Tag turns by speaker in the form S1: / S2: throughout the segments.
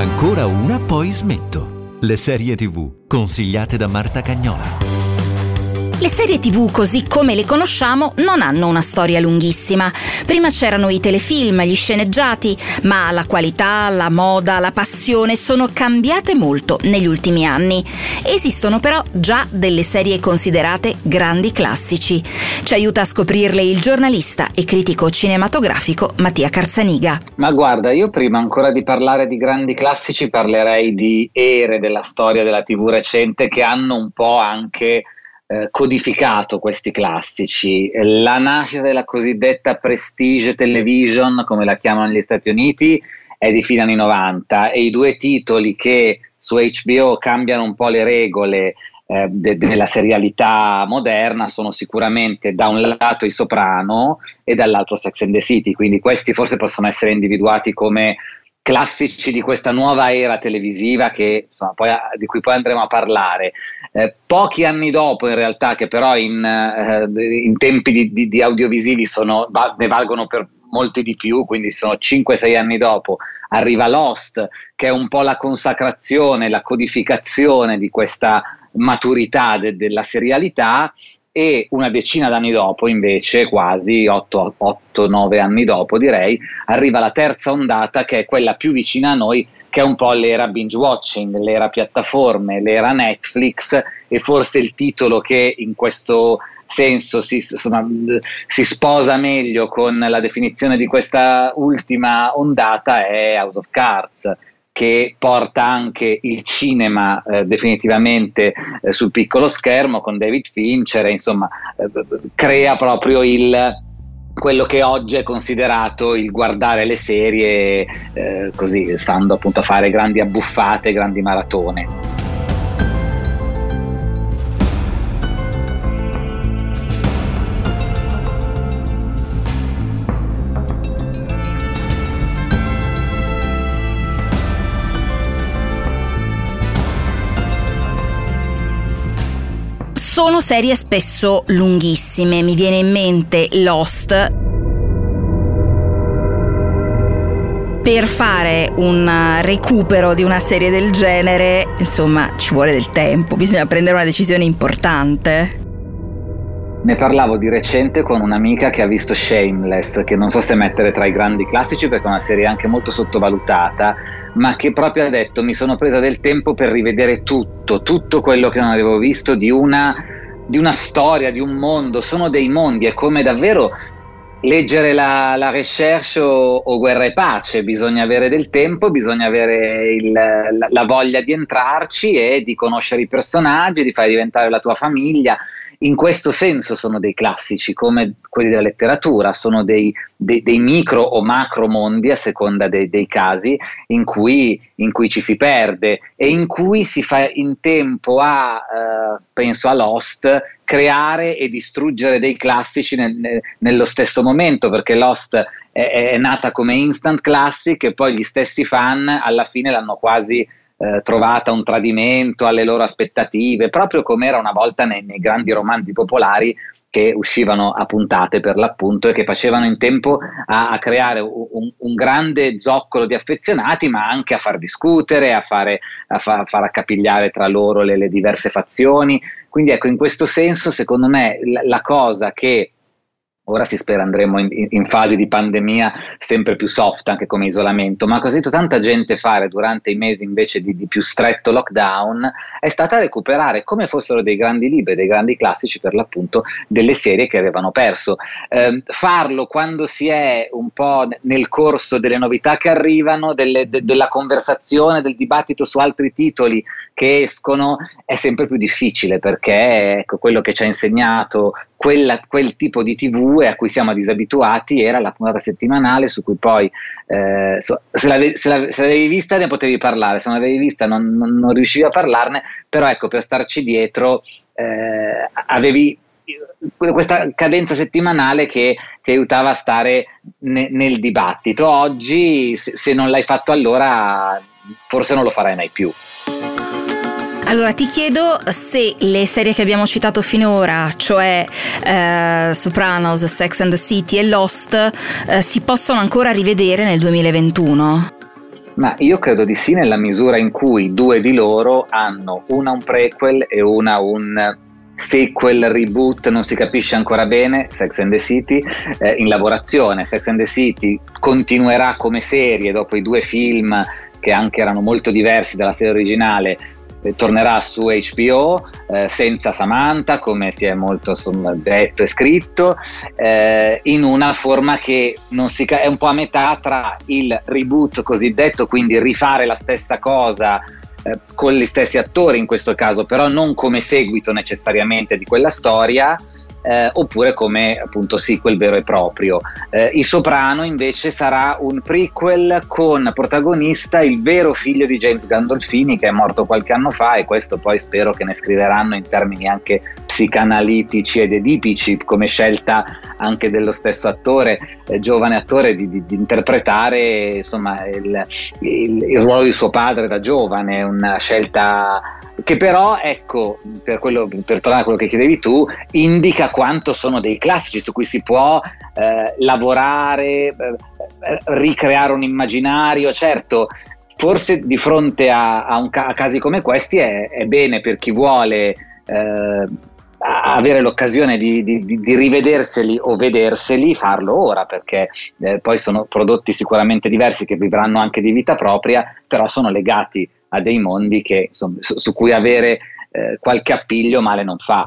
S1: Ancora una, poi smetto. Le serie TV consigliate da Marta Cagnola.
S2: Le serie TV così come le conosciamo non hanno una storia lunghissima. Prima c'erano i telefilm, gli sceneggiati, ma la qualità, la moda, la passione sono cambiate molto negli ultimi anni. Esistono però già delle serie considerate grandi classici. Ci aiuta a scoprirle il giornalista e critico cinematografico Mattia Carzaniga.
S3: Ma guarda, io prima ancora di parlare di grandi classici parlerei di ere della storia della TV recente che hanno un po' anche codificato questi classici. La nascita della cosiddetta prestige television, come la chiamano negli Stati Uniti, è di fine anni 90 e i due titoli che su HBO cambiano un po' le regole della serialità moderna sono sicuramente da un lato I Soprano e dall'altro Sex and the City, quindi questi forse possono essere individuati come classici di questa nuova era televisiva che insomma di cui poi andremo a parlare. Pochi anni dopo in realtà, che però in tempi di audiovisivi ne valgono per molti di più, quindi sono 5-6 anni dopo, arriva Lost, che è un po' la consacrazione, la codificazione di questa maturità della serialità. E una decina d'anni dopo, invece, quasi 8-9 anni dopo direi, arriva la terza ondata, che è quella più vicina a noi, che è un po' l'era binge watching, l'era piattaforme, l'era Netflix, e forse il titolo che in questo senso si sposa meglio con la definizione di questa ultima ondata è House of Cards, che porta anche il cinema definitivamente sul piccolo schermo con David Fincher, insomma crea proprio quello che oggi è considerato il guardare le serie così, stando appunto a fare grandi abbuffate, grandi maratone.
S2: Sono serie spesso lunghissime, mi viene in mente Lost. Per fare un recupero di una serie del genere, insomma, ci vuole del tempo, bisogna prendere una decisione importante.
S3: Ne parlavo di recente con un'amica che ha visto Shameless, che non so se mettere tra i grandi classici perché è una serie anche molto sottovalutata, ma che proprio ha detto: mi sono presa del tempo per rivedere tutto quello che non avevo visto di una storia, di un mondo. Sono dei mondi, è come davvero leggere la Recherche o Guerra e Pace, bisogna avere del tempo, bisogna avere la voglia di entrarci e di conoscere i personaggi, di fare diventare la tua famiglia. In questo senso sono dei classici come quelli della letteratura, sono dei micro o macro mondi a seconda dei casi in cui ci si perde e in cui si fa in tempo penso a Lost, creare e distruggere dei classici nello stesso momento, perché Lost è nata come instant classic e poi gli stessi fan alla fine l'hanno quasi trovata un tradimento alle loro aspettative, proprio come era una volta nei grandi romanzi popolari che uscivano a puntate per l'appunto e che facevano in tempo a creare un grande zoccolo di affezionati, ma anche a far discutere, a far accapigliare tra loro le diverse fazioni. Quindi ecco, in questo senso secondo me la cosa che ora si spera andremo in fasi di pandemia sempre più soft anche come isolamento, ma ha così tanta gente fare durante i mesi invece di più stretto lockdown è stata recuperare come fossero dei grandi libri, dei grandi classici per l'appunto, delle serie che avevano perso. Farlo quando si è un po' nel corso delle novità che arrivano, della conversazione, del dibattito su altri titoli che escono, è sempre più difficile, perché ecco, quello che ci ha insegnato quel tipo di TV e a cui siamo disabituati era la puntata settimanale su cui poi se l'avevi vista ne potevi parlare, se non l'avevi vista non riuscivi a parlarne, però ecco, per starci dietro avevi questa cadenza settimanale che ti aiutava a stare nel dibattito. Oggi se non l'hai fatto allora forse non lo farai mai più.
S2: Allora ti chiedo se le serie che abbiamo citato finora, cioè Sopranos, Sex and the City e Lost, si possono ancora rivedere nel 2021?
S3: Ma io credo di sì, nella misura in cui due di loro hanno una un prequel e una un sequel, reboot, non si capisce ancora bene, Sex and the City, in lavorazione. Sex and the City continuerà come serie dopo i due film che anche erano molto diversi dalla serie originale, tornerà su HBO senza Samantha, come si è molto detto e scritto, in una forma che è un po' a metà tra il reboot cosiddetto, quindi rifare la stessa cosa con gli stessi attori in questo caso, però non come seguito necessariamente di quella storia, oppure come appunto sequel vero e proprio. I Soprano invece sarà un prequel con protagonista il vero figlio di James Gandolfini, che è morto qualche anno fa, e questo poi spero che ne scriveranno in termini anche psicanalitici ed edipici, come scelta anche dello stesso attore, giovane attore, di interpretare insomma il ruolo di suo padre da giovane. Una scelta che però, ecco, per tornare a quello che chiedevi tu, indica quanto sono dei classici su cui si può lavorare, ricreare un immaginario. Certo, forse di fronte a casi come questi è bene, per chi vuole avere l'occasione di rivederseli o vederseli, farlo ora, perché poi sono prodotti sicuramente diversi, che vivranno anche di vita propria, però sono legati a dei mondi che, insomma, su cui avere qualche appiglio male non fa.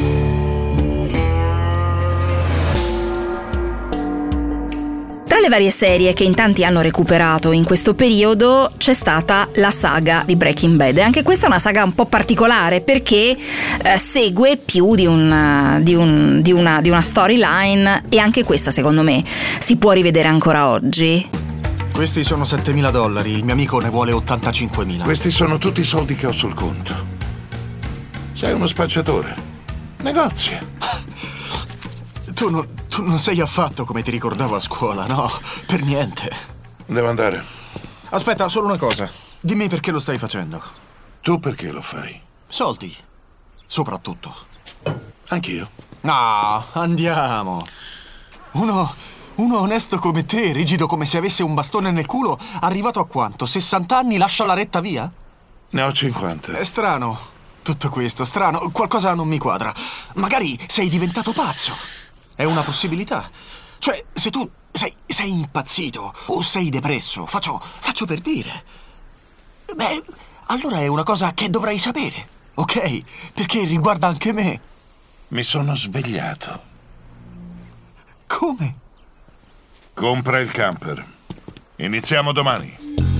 S2: Tra le varie serie che in tanti hanno recuperato in questo periodo c'è stata la saga di Breaking Bad, e anche questa è una saga un po' particolare, perché segue più di una storyline, e anche questa secondo me si può rivedere ancora oggi.
S4: Questi sono $7.000, il mio amico ne vuole 85.000.
S5: Questi sono tutti i soldi che ho sul conto. Sei uno spacciatore. Negozia.
S4: Tu non sei affatto come ti ricordavo a scuola, no? Per niente.
S5: Devo andare.
S4: Aspetta, solo una cosa. Dimmi perché lo stai facendo.
S5: Tu perché lo fai?
S4: Soldi. Soprattutto.
S5: Anch'io.
S4: No, andiamo. Uno onesto come te, rigido come se avesse un bastone nel culo, arrivato a quanto? 60 anni, lascia la retta via?
S5: Ne ho 50.
S4: È strano. Tutto questo, strano. Qualcosa non mi quadra. Magari sei diventato pazzo. È una possibilità. Cioè, se tu sei impazzito o sei depresso, faccio per dire. Beh, allora è una cosa che dovrai sapere, ok? Perché riguarda anche me.
S5: Mi sono svegliato.
S4: Come?
S5: Compra il camper. Iniziamo domani.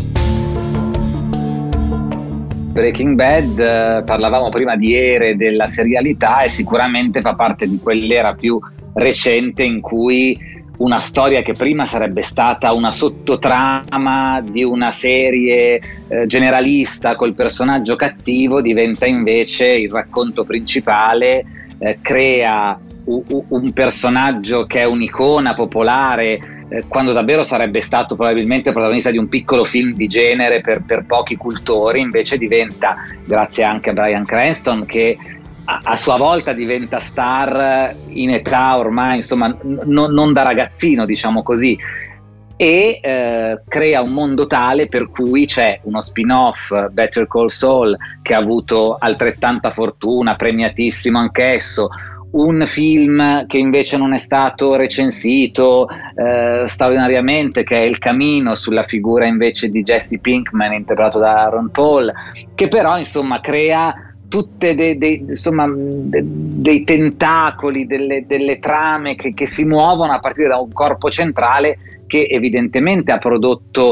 S3: Breaking Bad, parlavamo prima di ere della serialità, e sicuramente fa parte di quell'era più recente in cui una storia che prima sarebbe stata una sottotrama di una serie generalista col personaggio cattivo diventa invece il racconto principale, crea un personaggio che è un'icona popolare, quando davvero sarebbe stato probabilmente protagonista di un piccolo film di genere per pochi cultori. Invece diventa, grazie anche a Bryan Cranston, che a sua volta diventa star in età ormai, insomma, non da ragazzino, diciamo così, e crea un mondo tale per cui c'è uno spin-off, Better Call Saul, che ha avuto altrettanta fortuna, premiatissimo anch'esso, un film che invece non è stato recensito straordinariamente, che è Il Camino, sulla figura invece di Jesse Pinkman interpretato da Aaron Paul, che però insomma crea tutte dei tentacoli, delle trame che si muovono a partire da un corpo centrale che evidentemente ha prodotto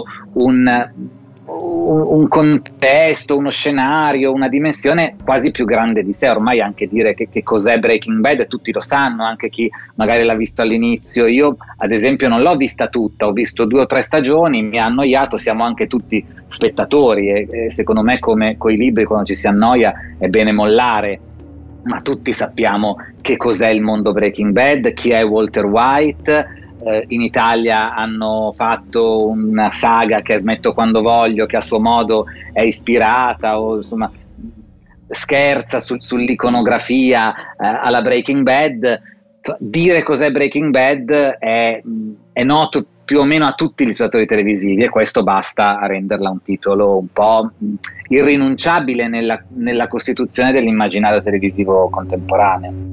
S3: un contesto, uno scenario, una dimensione quasi più grande di sé. Ormai anche dire che cos'è Breaking Bad tutti lo sanno, anche chi magari l'ha visto all'inizio. Io ad esempio non l'ho vista tutta, ho visto 2 o 3 stagioni, mi ha annoiato. Siamo anche tutti spettatori e secondo me, come coi libri, quando ci si annoia è bene mollare, ma tutti sappiamo che cos'è il mondo Breaking Bad, chi è Walter White. In Italia hanno fatto una saga che è Smetto quando voglio, che a suo modo è ispirata o insomma scherza sull'iconografia alla Breaking Bad. Dire cos'è Breaking Bad è noto più o meno a tutti gli spettatori televisivi, e questo basta a renderla un titolo un po' irrinunciabile nella costituzione dell'immaginario televisivo contemporaneo.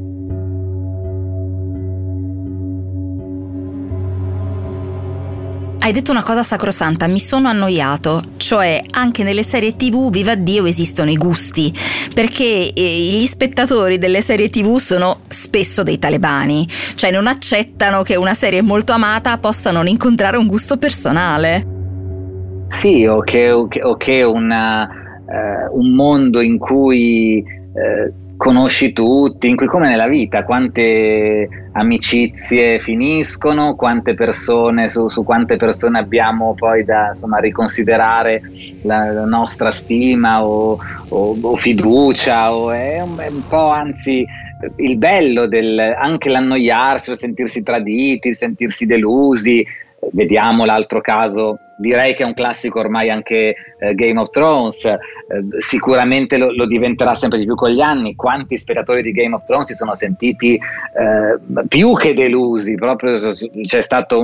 S2: Hai detto una cosa sacrosanta, mi sono annoiato, cioè anche nelle serie TV, viva Dio, esistono i gusti, perché gli spettatori delle serie TV sono spesso dei talebani, cioè non accettano che una serie molto amata possa non incontrare un gusto personale.
S3: Sì, o che un mondo in cui conosci tutti, in cui, come nella vita, quante amicizie finiscono, quante persone, su quante persone abbiamo poi da riconsiderare la nostra stima o fiducia, è un po', anzi, il bello anche l'annoiarsi, o sentirsi traditi, il sentirsi delusi. Vediamo l'altro caso, direi che è un classico ormai anche Game of Thrones, sicuramente lo diventerà sempre di più con gli anni. Quanti spettatori di Game of Thrones si sono sentiti più che delusi, proprio c'è stata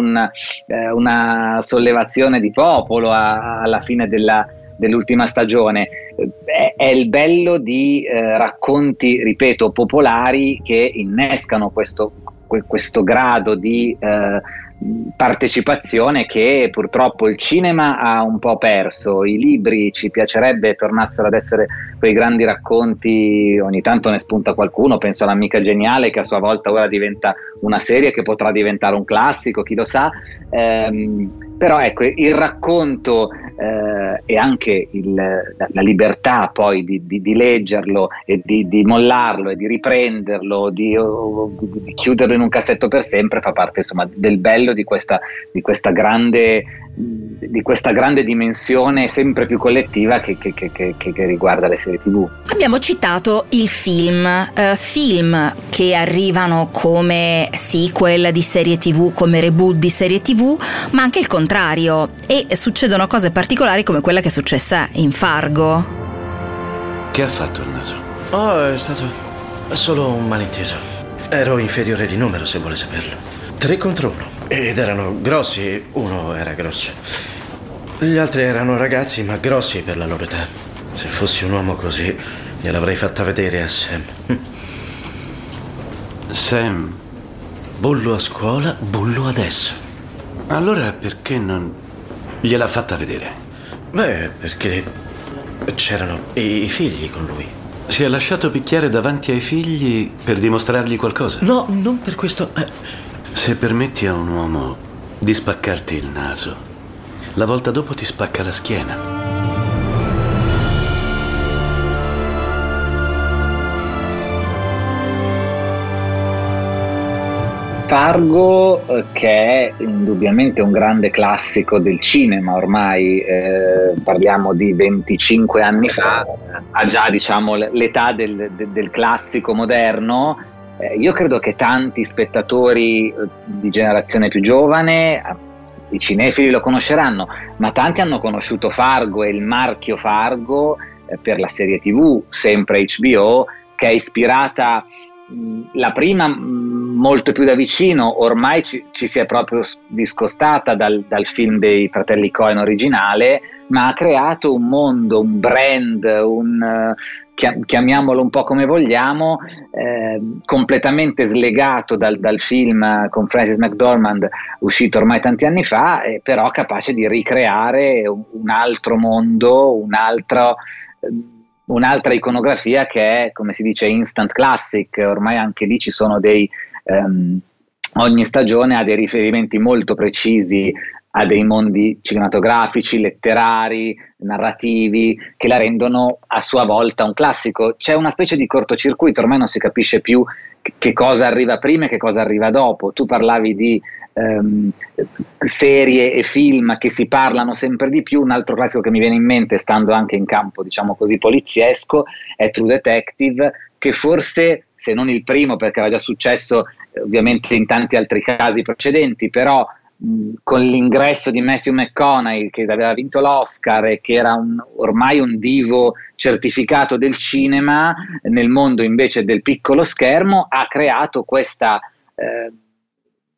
S3: una sollevazione di popolo alla fine dell'ultima stagione. È il bello di racconti, ripeto, popolari, che innescano questo grado di partecipazione che purtroppo il cinema ha un po' perso. I libri ci piacerebbe tornassero ad essere quei grandi racconti, ogni tanto ne spunta qualcuno, penso all'Amica Geniale, che a sua volta ora diventa una serie che potrà diventare un classico, chi lo sa, però ecco, il racconto e anche la libertà poi di leggerlo e di mollarlo e di riprenderlo, di chiuderlo in un cassetto per sempre, fa parte, insomma, del bello di questa grande dimensione sempre più collettiva che riguarda le serie TV.
S2: Abbiamo citato il film che arrivano come sequel di serie TV, come reboot di serie TV, ma anche il contrario, e succedono cose particolari come quella che è successa in Fargo.
S6: Che ha fatto il naso?
S7: Oh, è stato solo un malinteso. Ero inferiore di numero, se vuole saperlo. 3 contro 1. Ed erano grossi, uno era grosso. Gli altri erano ragazzi, ma grossi per la loro età. Se fossi un uomo così, gliel'avrei fatta vedere a Sam.
S6: Sam?
S7: Bullo a scuola, bullo adesso.
S6: Allora perché non gliel'ha fatta vedere?
S7: Beh, perché c'erano i figli con lui.
S6: Si è lasciato picchiare davanti ai figli per dimostrargli qualcosa?
S7: No, non per questo.
S6: Se permetti a un uomo di spaccarti il naso, la volta dopo ti spacca la schiena.
S3: Fargo, che è indubbiamente un grande classico del cinema ormai, parliamo di 25 anni fa, ha già, diciamo, l'età del classico moderno. Io credo che tanti spettatori di generazione più giovane, i cinefili lo conosceranno, ma tanti hanno conosciuto Fargo e il marchio Fargo per la serie TV, sempre HBO, che è ispirata la prima molto più da vicino, ormai ci si è proprio discostata dal film dei fratelli Coen originale, ma ha creato un mondo, un brand, chiamiamolo un po' come vogliamo, completamente slegato dal film con Frances McDormand uscito ormai tanti anni fa, però capace di ricreare un altro mondo, un'altra iconografia che è, come si dice, instant classic. Ormai anche lì ci sono ogni stagione ha dei riferimenti molto precisi a dei mondi cinematografici, letterari, narrativi, che la rendono a sua volta un classico. C'è una specie di cortocircuito, ormai non si capisce più che cosa arriva prima e che cosa arriva dopo. Tu parlavi di serie e film che si parlano sempre di più. Un altro classico che mi viene in mente, stando anche in campo, diciamo così, poliziesco, è True Detective, che forse, se non il primo, perché era già successo ovviamente in tanti altri casi precedenti, però con l'ingresso di Matthew McConaughey, che aveva vinto l'Oscar e che era ormai un divo certificato del cinema nel mondo invece del piccolo schermo, ha creato questa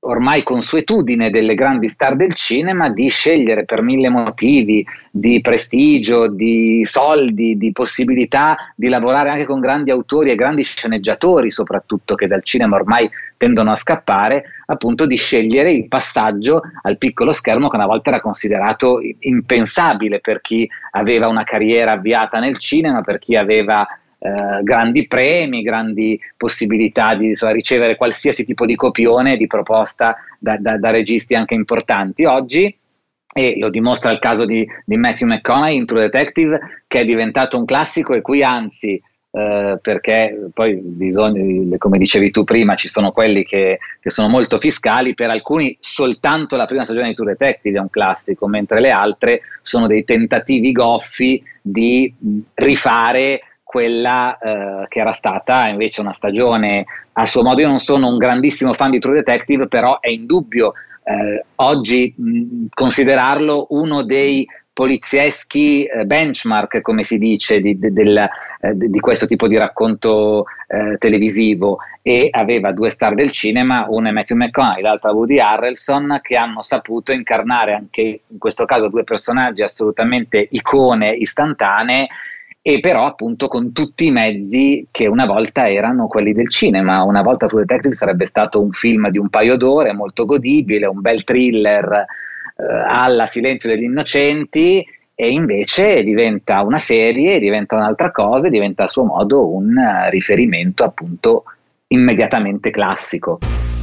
S3: ormai consuetudine delle grandi star del cinema di scegliere per mille motivi di prestigio, di soldi, di possibilità di lavorare anche con grandi autori e grandi sceneggiatori, soprattutto, che dal cinema ormai tendono a scappare, appunto di scegliere il passaggio al piccolo schermo, che una volta era considerato impensabile per chi aveva una carriera avviata nel cinema, per chi aveva grandi premi, grandi possibilità di ricevere qualsiasi tipo di copione, di proposta da registi anche importanti. Oggi, e lo dimostra il caso di Matthew McConaughey in True Detective, che è diventato un classico, e qui anzi, perché poi bisogna, come dicevi tu prima, ci sono quelli che sono molto fiscali, per alcuni soltanto la prima stagione di True Detective è un classico, mentre le altre sono dei tentativi goffi di rifare quella che era stata invece una stagione a suo modo. Io non sono un grandissimo fan di True Detective, però è indubbio oggi considerarlo uno dei polizieschi benchmark, come si dice, di questo tipo di racconto televisivo, e aveva due star del cinema, una è Matthew McConaughey, l'altra Woody Harrelson, che hanno saputo incarnare anche in questo caso due personaggi assolutamente icone istantanee, e però appunto con tutti i mezzi che una volta erano quelli del cinema. Una volta True Detective sarebbe stato un film di un paio d'ore, molto godibile, un bel thriller alla Silenzio degli Innocenti, e invece diventa una serie, diventa un'altra cosa, diventa a suo modo un riferimento appunto immediatamente classico.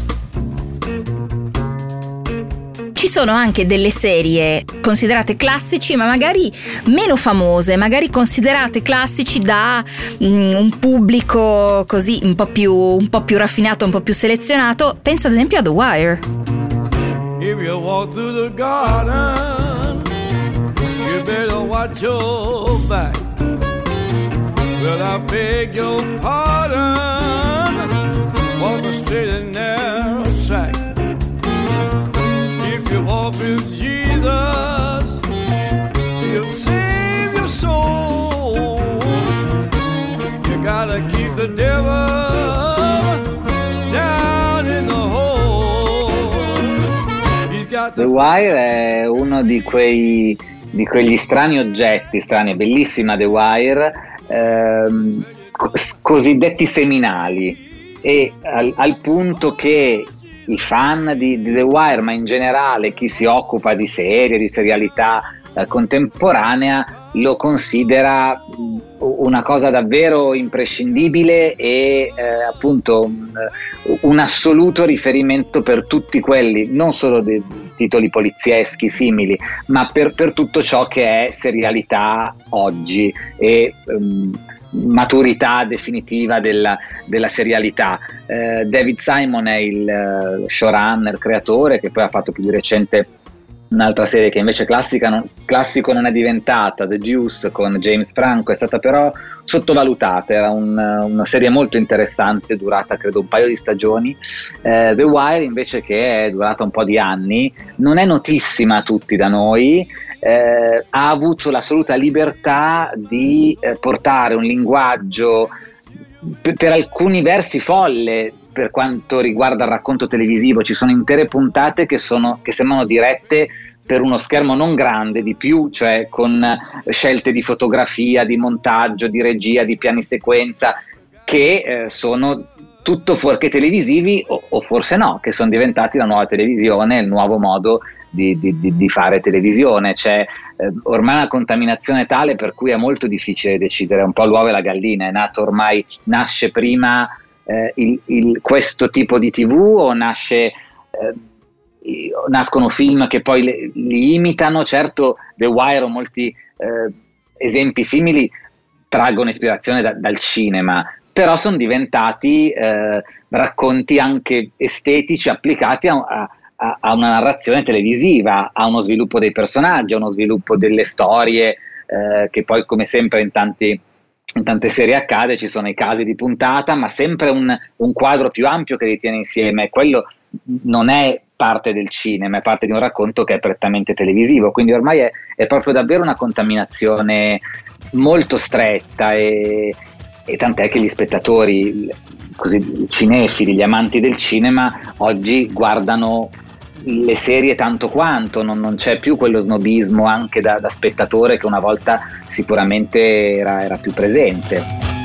S2: Ci sono anche delle serie considerate classici, ma magari meno famose, magari considerate classici da un pubblico così un po' più raffinato, un po' più selezionato. Penso ad esempio a The Wire.
S8: If you walk through the garden, you better watch your back. Well, I beg your pardon, walk a straight and narrow track. You walk with Jesus, He'll save your soul. You gotta keep the devil down in the hole.
S3: The Wire è uno di quegli strani oggetti, strani, è bellissima The Wire, cosiddetti seminali, e al punto che i fan di The Wire, ma in generale chi si occupa di serie, di serialità contemporanea, lo considera una cosa davvero imprescindibile e appunto un assoluto riferimento per tutti quelli, non solo dei titoli polizieschi simili, ma per tutto ciò che è serialità oggi e maturità definitiva della serialità. David Simon è il showrunner, creatore, che poi ha fatto più di recente un'altra serie che invece classico non è diventata, The Deuce con James Franco, è stata però sottovalutata, era una serie molto interessante, durata credo un paio di stagioni. The Wire invece, che è durata un po' di anni, non è notissima a tutti da noi. Ha avuto l'assoluta libertà di portare un linguaggio per alcuni versi folle per quanto riguarda il racconto televisivo. Ci sono intere puntate che sembrano dirette per uno schermo non grande, di più, cioè con scelte di fotografia, di montaggio, di regia, di piani sequenza, che sono tutto fuorché televisivi, o forse no, che sono diventati la nuova televisione, il nuovo modo di fare televisione. C'è ormai una contaminazione tale per cui è molto difficile decidere, un po' l'uovo e la gallina. È nato ormai, nasce prima questo tipo di TV, o nascono film che poi li imitano. Certo, The Wire o molti esempi simili traggono ispirazione dal cinema, però sono diventati racconti anche estetici applicati a una narrazione televisiva, a uno sviluppo dei personaggi, a uno sviluppo delle storie, che poi, come sempre in tante serie accade, ci sono i casi di puntata, ma sempre un quadro più ampio che li tiene insieme. Quello non è parte del cinema, è parte di un racconto che è prettamente televisivo, quindi ormai è proprio davvero una contaminazione molto stretta, e tant'è che gli spettatori così cinefili, gli amanti del cinema, oggi guardano le serie tanto quanto, non c'è più quello snobismo anche da spettatore che una volta sicuramente era più presente.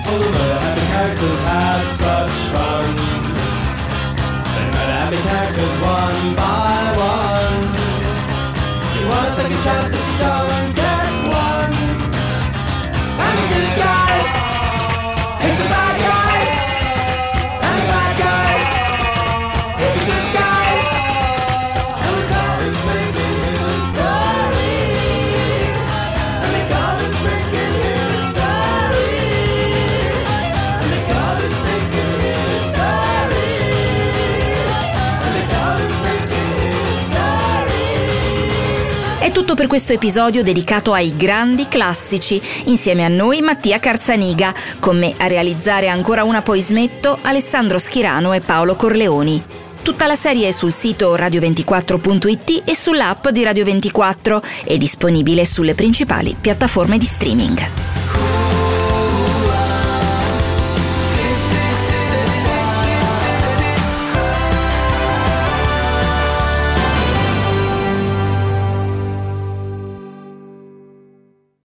S2: È tutto per questo episodio dedicato ai grandi classici. Insieme a noi Mattia Carzaniga, con me a realizzare ancora una Poi smetto Alessandro Schirano e Paolo Corleoni. Tutta la serie è sul sito radio24.it e sull'app di Radio 24, è disponibile sulle principali piattaforme di streaming.